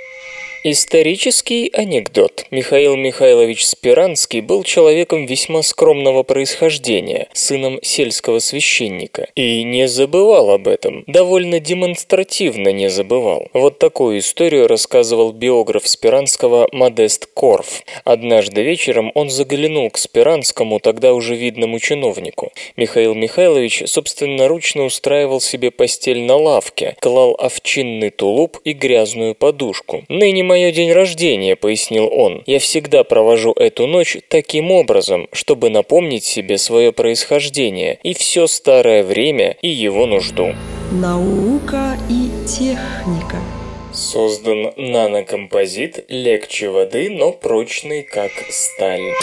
Исторический анекдот. Михаил Михайлович Спиранский был человеком весьма скромного происхождения, сыном сельского священника. И не забывал об этом. Довольно демонстративно не забывал. Вот такую историю рассказывал биограф Спиранского Модест Корф. Однажды вечером он заглянул к Спиранскому, тогда уже видному чиновнику. Михаил Михайлович собственноручно устраивал себе постель на лавке, клал овчинный тулуп и грязную подушку. «Ныне мое день рождения», — пояснил он. «Я всегда провожу эту ночь таким образом, чтобы напомнить себе свое происхождение и все старое время и его нужду». Наука и техника. Создан нанокомпозит, легче воды, но прочный, как сталь.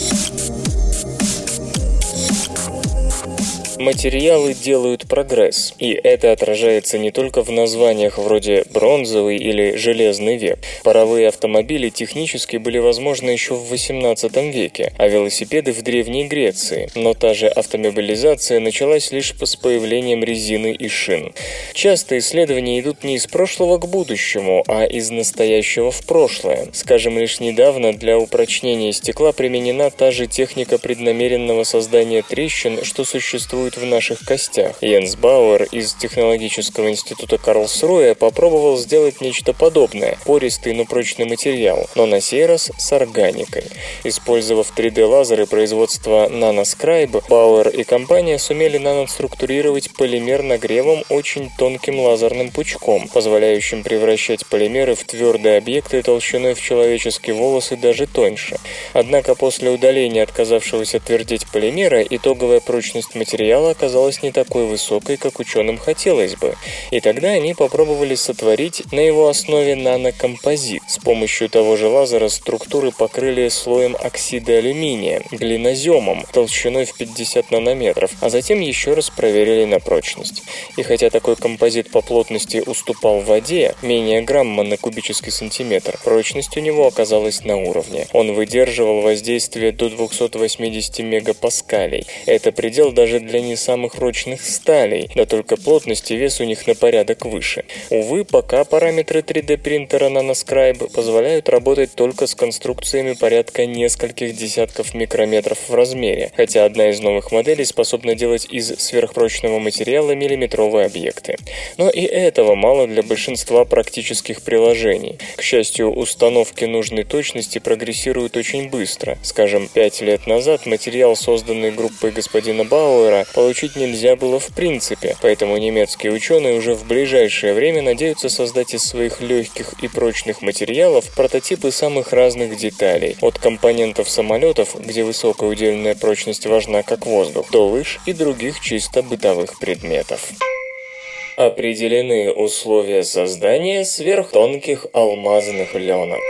Материалы делают прогресс, и это отражается не только в названиях вроде «бронзовый» или «железный век». Паровые автомобили технически были возможны еще в XVIII веке, а велосипеды в Древней Греции, но та же автомобилизация началась лишь с появлением резины и шин. Часто исследования идут не из прошлого к будущему, а из настоящего в прошлое. Скажем, лишь недавно для упрочнения стекла применена та же техника преднамеренного создания трещин, что существует существуют в наших костях. Йенс Бауэр из Технологического института Карлсруэ попробовал сделать нечто подобное – пористый, но прочный материал, но на сей раз с органикой. Использовав 3D-лазеры производства NanoScribe, Бауэр и компания сумели наноструктурировать полимер нагревом очень тонким лазерным пучком, позволяющим превращать полимеры в твердые объекты толщиной в человеческий волос и даже тоньше. Однако после удаления отказавшегося твердеть полимера итоговая прочность материала оказалась не такой высокой, как ученым хотелось бы. И тогда они попробовали сотворить на его основе нанокомпозит. С помощью того же лазера структуры покрыли слоем оксида алюминия, глиноземом, толщиной в 50 нанометров, а затем еще раз проверили на прочность. И хотя такой композит по плотности уступал воде, менее грамма на кубический сантиметр, прочность у него оказалась на уровне. Он выдерживал воздействие до 280 мегапаскалей. Это предел даже для не самых прочных сталей, да только плотность и вес у них на порядок выше. Увы, пока параметры 3D-принтера NanoScribe позволяют работать только с конструкциями порядка нескольких десятков микрометров в размере, хотя одна из новых моделей способна делать из сверхпрочного материала миллиметровые объекты. Но и этого мало для большинства практических приложений. К счастью, установки нужной точности прогрессируют очень быстро. Скажем, 5 лет назад материал, созданный группой господина Бауэра, получить нельзя было в принципе, поэтому немецкие ученые уже в ближайшее время надеются создать из своих легких и прочных материалов прототипы самых разных деталей, от компонентов самолетов, где высокая удельная прочность важна как воздух, до лыж и других чисто бытовых предметов. Определены условия создания сверхтонких алмазных ленок.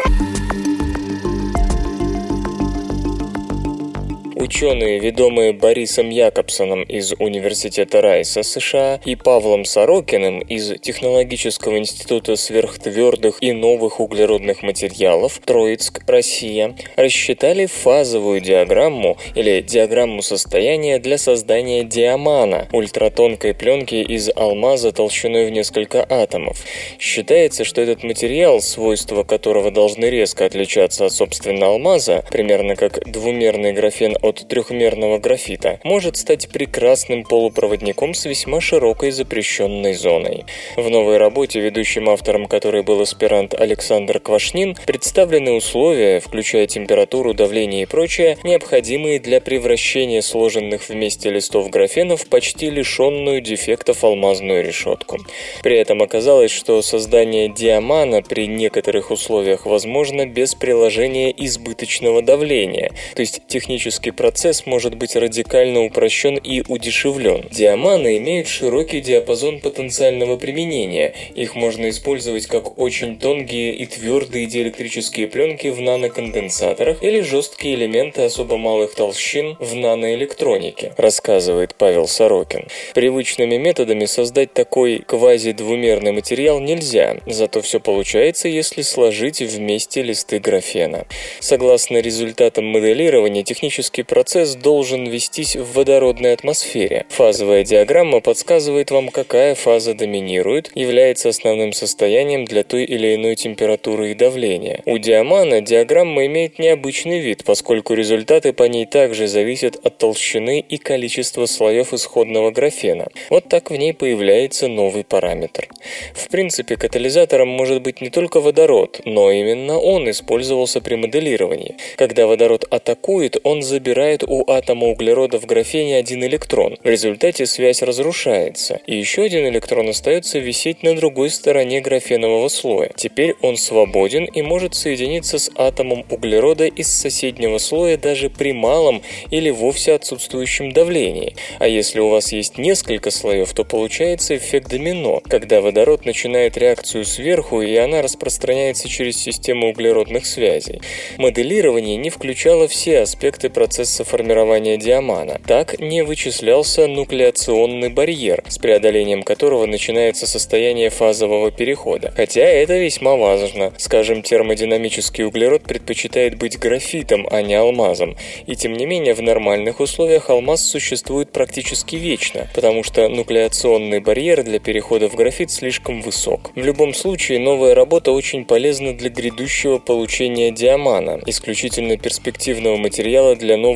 Ученые, ведомые Борисом Якобсоном из Университета Райса, США, и Павлом Сорокиным из Технологического института сверхтвердых и новых углеродных материалов, Троицк, Россия, рассчитали фазовую диаграмму или диаграмму состояния для создания диамана, ультратонкой пленки из алмаза толщиной в несколько атомов. Считается, что этот материал, свойства которого должны резко отличаться от собственно алмаза, примерно как двумерный графен от трехмерного графита, может стать прекрасным полупроводником с весьма широкой запрещенной зоной. В новой работе, ведущим автором которой был аспирант Александр Квашнин, представлены условия, включая температуру, давление и прочее, необходимые для превращения сложенных вместе листов графена в почти лишенную дефектов алмазную решетку. При этом оказалось, что создание диамана при некоторых условиях возможно без приложения избыточного давления, то есть технический процесс может быть радикально упрощен и удешевлен. Диаманы имеют широкий диапазон потенциального применения. Их можно использовать как очень тонкие и твердые диэлектрические пленки в наноконденсаторах или жесткие элементы особо малых толщин в наноэлектронике, рассказывает Павел Сорокин. Привычными методами создать такой квазидвумерный материал нельзя, зато все получается, если сложить вместе листы графена. Согласно результатам моделирования, технический процесс должен вестись в водородной атмосфере. Фазовая диаграмма подсказывает вам, какая фаза доминирует, является основным состоянием для той или иной температуры и давления. У диамана диаграмма имеет необычный вид, поскольку результаты по ней также зависят от толщины и количества слоев исходного графена. Вот так в ней появляется новый параметр. В принципе, катализатором может быть не только водород, но именно он использовался при моделировании. Когда водород атакует, он забирает у атома углерода в графене один электрон. В результате связь разрушается, и еще один электрон остается висеть на другой стороне графенового слоя. Теперь он свободен и может соединиться с атомом углерода из соседнего слоя даже при малом или вовсе отсутствующем давлении. А если у вас есть несколько слоев, то получается эффект домино, когда водород начинает реакцию сверху, и она распространяется через систему углеродных связей. Моделирование не включало все аспекты процесса формирования диамана. Так не вычислялся нуклеационный барьер, с преодолением которого начинается состояние фазового перехода. Хотя это весьма важно. Скажем, термодинамический углерод предпочитает быть графитом, а не алмазом. И тем не менее, в нормальных условиях алмаз существует практически вечно, потому что нуклеационный барьер для перехода в графит слишком высок. В любом случае, новая работа очень полезна для грядущего получения диамана, исключительно перспективного материала для новых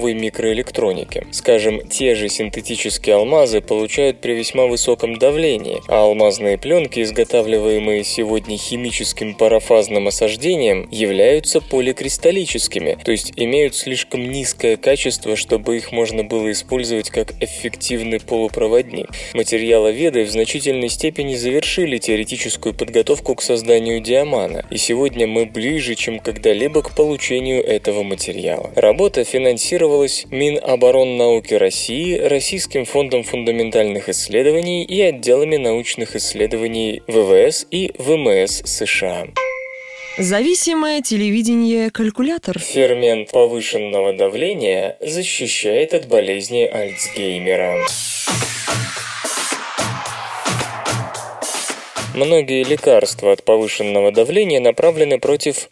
новой микроэлектроники. Скажем, те же синтетические алмазы получают при весьма высоком давлении, а алмазные пленки, изготавливаемые сегодня химическим парафазным осаждением, являются поликристаллическими, то есть имеют слишком низкое качество, чтобы их можно было использовать как эффективный полупроводник. Материаловеды в значительной степени завершили теоретическую подготовку к созданию диамана, и сегодня мы ближе, чем когда-либо к получению этого материала. Работа финансировалась Миноборннауки России, Российским фондом фундаментальных исследований и отделами научных исследований ВВС и ВМС США. Зависимое телевидение-калькулятор. Фермент повышенного давления защищает от болезни Альцгеймера. Многие лекарства от повышенного давления направлены против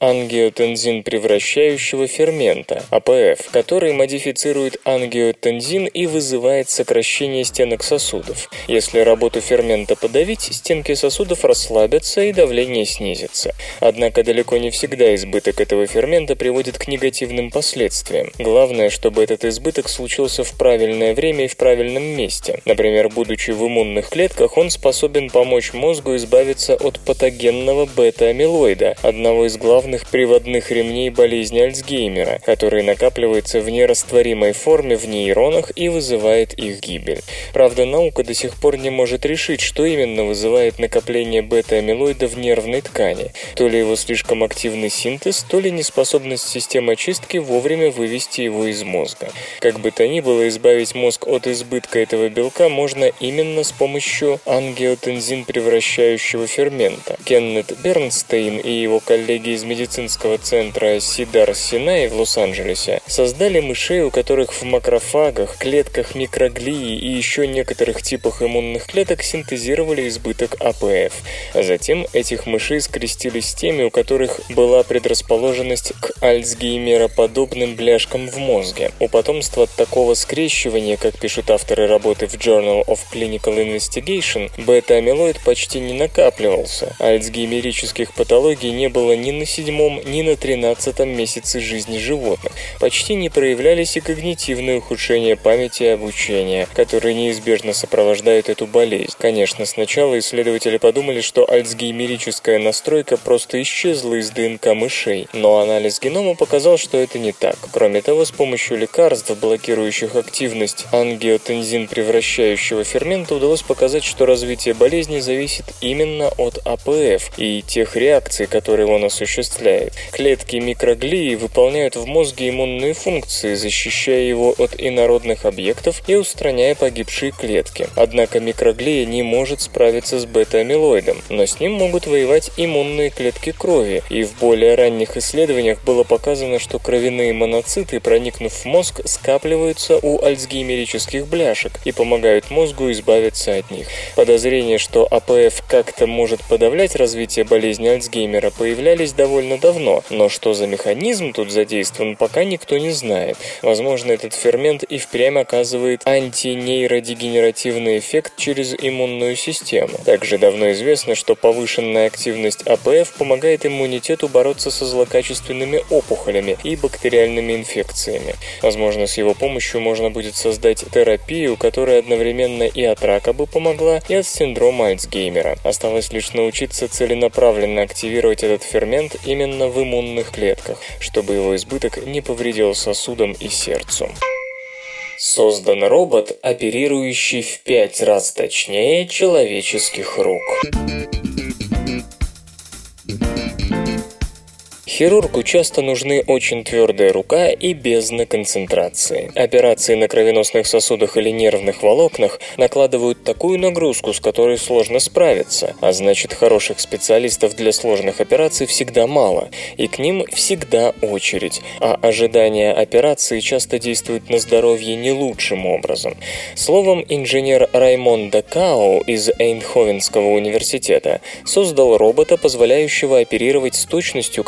ангиотензин-превращающего фермента, АПФ, который модифицирует ангиотензин и вызывает сокращение стенок сосудов. Если работу фермента подавить, стенки сосудов расслабятся и давление снизится. Однако далеко не всегда избыток этого фермента приводит к негативным последствиям. Главное, чтобы этот избыток случился в правильное время и в правильном месте. Например, будучи в иммунных клетках, он способен помочь мозгу избавиться от патогенного бета-амилоида, одного из главных приводных ремней болезни Альцгеймера, который накапливается в нерастворимой форме в нейронах и вызывает их гибель. Правда, наука до сих пор не может решить, что именно вызывает накопление бета-амилоида в нервной ткани. То ли его слишком активный синтез, то ли неспособность системы очистки вовремя вывести его из мозга. Как бы то ни было, избавить мозг от избытка этого белка можно именно с помощью ангиотензин-превращающего фермента. Кеннет Бернстейн и его коллеги из медицинского центра Сидар-Синай в Лос-Анджелесе создали мышей, у которых в макрофагах, клетках микроглии и еще некоторых типах иммунных клеток синтезировали избыток АПФ. А затем этих мышей скрестили с теми, у которых была предрасположенность к альцгеймероподобным бляшкам в мозге. У потомства от такого скрещивания, как пишут авторы работы в Journal of Clinical Investigation, бета-амилоид почти не накапливался. Альцгеймерических патологий не было ни на 7-м, ни на 13-м месяце жизни животных. Почти не проявлялись и когнитивные ухудшения памяти и обучения, которые неизбежно сопровождают эту болезнь. Конечно, сначала исследователи подумали, что альцгеймерическая настройка просто исчезла из ДНК мышей, но анализ генома показал, что это не так. Кроме того, с помощью лекарств, блокирующих активность ангиотензин-превращающего фермента, удалось показать, что развитие болезни зависит именно от АПФ и тех реакций, которые он осуществляет. Клетки микроглии выполняют в мозге иммунные функции, защищая его от инородных объектов и устраняя погибшие клетки. Однако микроглия не может справиться с бета-амилоидом, но с ним могут воевать иммунные клетки крови, и в более ранних исследованиях было показано, что кровяные моноциты, проникнув в мозг, скапливаются у альцгеймерических бляшек и помогают мозгу избавиться от них. Подозрение, что АПФ как-то может подавлять развитие болезни Альцгеймера, появлялись довольно давно, но что за механизм тут задействован, пока никто не знает. Возможно, этот фермент и впрямь оказывает антинейродегенеративный эффект через иммунную систему. Также давно известно, что повышенная активность АПФ помогает иммунитету бороться со злокачественными опухолями и бактериальными инфекциями. Возможно, с его помощью можно будет создать терапию, которая одновременно и от рака бы помогла, и от синдрома Альцгеймера. Осталось лишь научиться целенаправленно активировать этот фермент именно в иммунных клетках, чтобы его избыток не повредил сосудам и сердцу. Создан робот, оперирующий в 5 раз точнее человеческих рук. Хирургу часто нужны очень твердая рука и бездна концентрации. Операции на кровеносных сосудах или нервных волокнах накладывают такую нагрузку, с которой сложно справиться, а значит, хороших специалистов для сложных операций всегда мало, и к ним всегда очередь, а ожидание операции часто действует на здоровье не лучшим образом. Словом, инженер Раймондо Кау из Эйндховенского университета создал робота, позволяющего оперировать с точностью, которая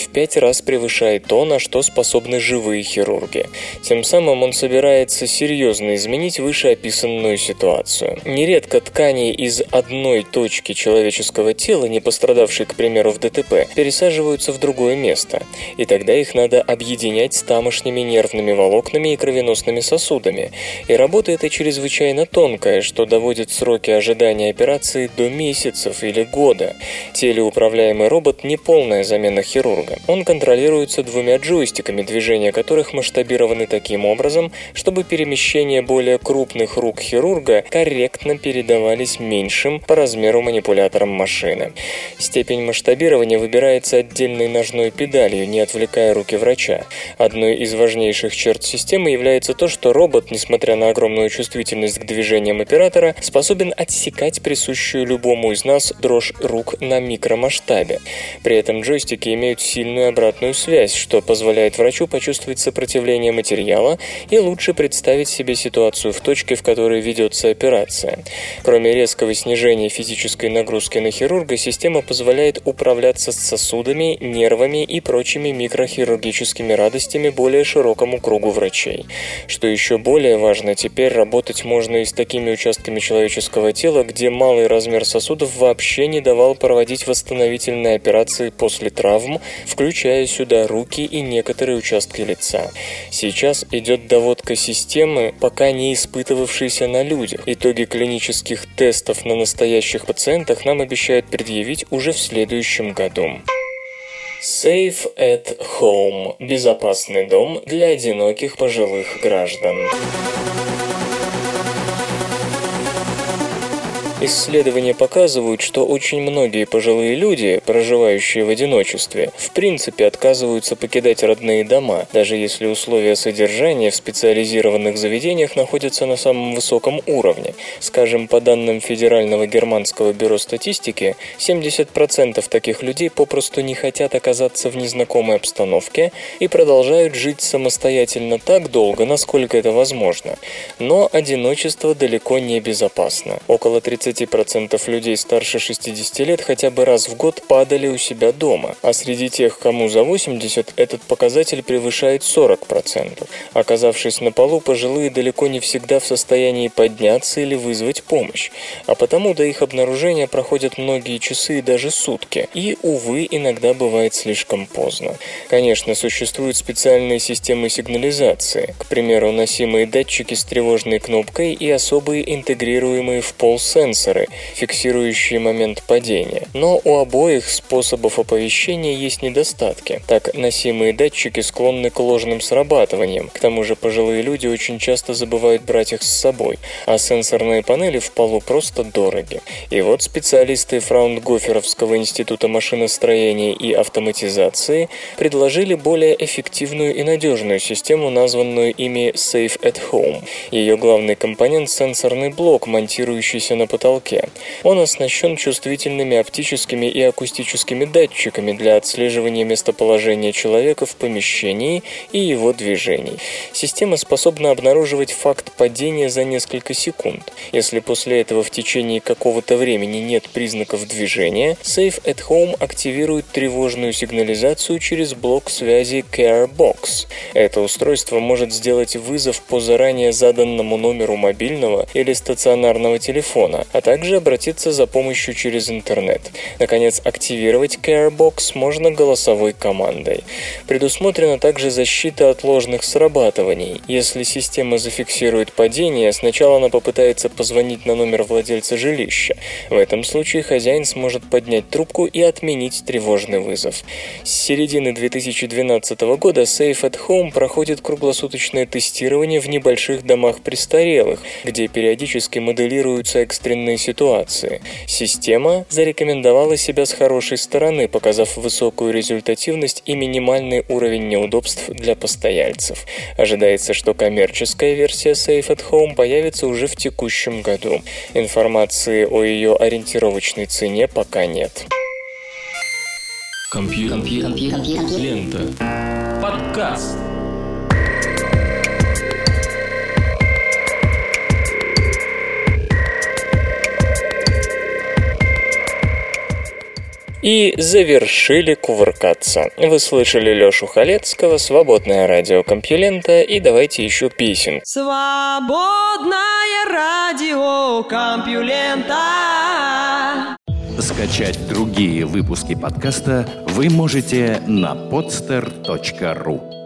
в 5 раз превышает то, на что способны живые хирурги. Тем самым он собирается серьезно изменить вышеописанную ситуацию. Нередко ткани из одной точки человеческого тела, не пострадавшей, к примеру, в ДТП, пересаживаются в другое место, и тогда их надо объединять с тамошними нервными волокнами и кровеносными сосудами. И работа эта чрезвычайно тонкая, что доводит сроки ожидания операции до месяцев или года. Телеуправляемый робот – не полная замена хирурга. Он контролируется 2 джойстиками, движения которых масштабированы таким образом, чтобы перемещения более крупных рук хирурга корректно передавались меньшим по размеру манипуляторам машины. Степень масштабирования выбирается отдельной ножной педалью, не отвлекая руки врача. Одной из важнейших черт системы является то, что робот, несмотря на огромную чувствительность к движениям оператора, способен отсекать присущую любому из нас дрожь рук на микромасштабе. При этом джойстики имеют сильную обратную связь, что позволяет врачу почувствовать сопротивление материала и лучше представить себе ситуацию в точке, в которой ведется операция. Кроме резкого снижения физической нагрузки на хирурга, система позволяет управляться с сосудами, нервами и прочими микрохирургическими радостями более широкому кругу врачей. Что еще более важно, теперь работать можно и с такими участками человеческого тела, где малый размер сосудов вообще не давал проводить восстановительные операции после травм, включая сюда руки и некоторые участки лица. Сейчас идет доводка системы, пока не испытывавшейся на людях. Итоги клинических тестов на настоящих пациентах нам обещают предъявить уже в следующем году. Safe at Home – безопасный дом для одиноких пожилых граждан. Исследования показывают, что очень многие пожилые люди, проживающие в одиночестве, в принципе отказываются покидать родные дома, даже если условия содержания в специализированных заведениях находятся на самом высоком уровне. Скажем, по данным Федерального германского бюро статистики, 70% таких людей попросту не хотят оказаться в незнакомой обстановке и продолжают жить самостоятельно так долго, насколько это возможно. Но одиночество далеко не безопасно. Около 30% людей старше 60 лет хотя бы раз в год падали у себя дома, а среди тех, кому за 80, этот показатель превышает 40%. Оказавшись на полу, пожилые далеко не всегда в состоянии подняться или вызвать помощь, а потому до их обнаружения проходят многие часы и даже сутки, и, увы, иногда бывает слишком поздно. Конечно, существуют специальные системы сигнализации, к примеру, носимые датчики с тревожной кнопкой и особые интегрируемые в пол сенсоры, фиксирующие момент падения. Но у обоих способов оповещения есть недостатки. Так, носимые датчики склонны к ложным срабатываниям. К тому же пожилые люди очень часто забывают брать их с собой, а сенсорные панели в полу просто дороги. И вот специалисты Фраунгоферовского института машиностроения и автоматизации предложили более эффективную и надежную систему, названную ими Safe at Home. Ее главный компонент – сенсорный блок, монтирующийся на потолке. Он оснащен чувствительными оптическими и акустическими датчиками для отслеживания местоположения человека в помещении и его движений. Система способна обнаруживать факт падения за несколько секунд. Если после этого в течение какого-то времени нет признаков движения, Safe at Home активирует тревожную сигнализацию через блок связи CareBox. Это устройство может сделать вызов по заранее заданному номеру мобильного или стационарного телефона, а также обратиться за помощью через интернет. Наконец, активировать CareBox можно голосовой командой. Предусмотрена также защита от ложных срабатываний. Если система зафиксирует падение, сначала она попытается позвонить на номер владельца жилища. В этом случае хозяин сможет поднять трубку и отменить тревожный вызов. С середины 2012 года Safe at Home проходит круглосуточное тестирование в небольших домах престарелых, где периодически моделируются экстренные ситуации. Система зарекомендовала себя с хорошей стороны, показав высокую результативность и минимальный уровень неудобств для постояльцев. Ожидается, что коммерческая версия Safe at Home появится уже в текущем году. Информации о ее ориентировочной цене пока нет. Компьютер. Лента. Подкаст. И завершили кувыркаться. Вы слышали Лёшу Халецкого, «Свободное радио Компьюлента», и давайте еще песен. Свободное радио Компьюлента. Скачать другие выпуски подкаста вы можете на podster.ru.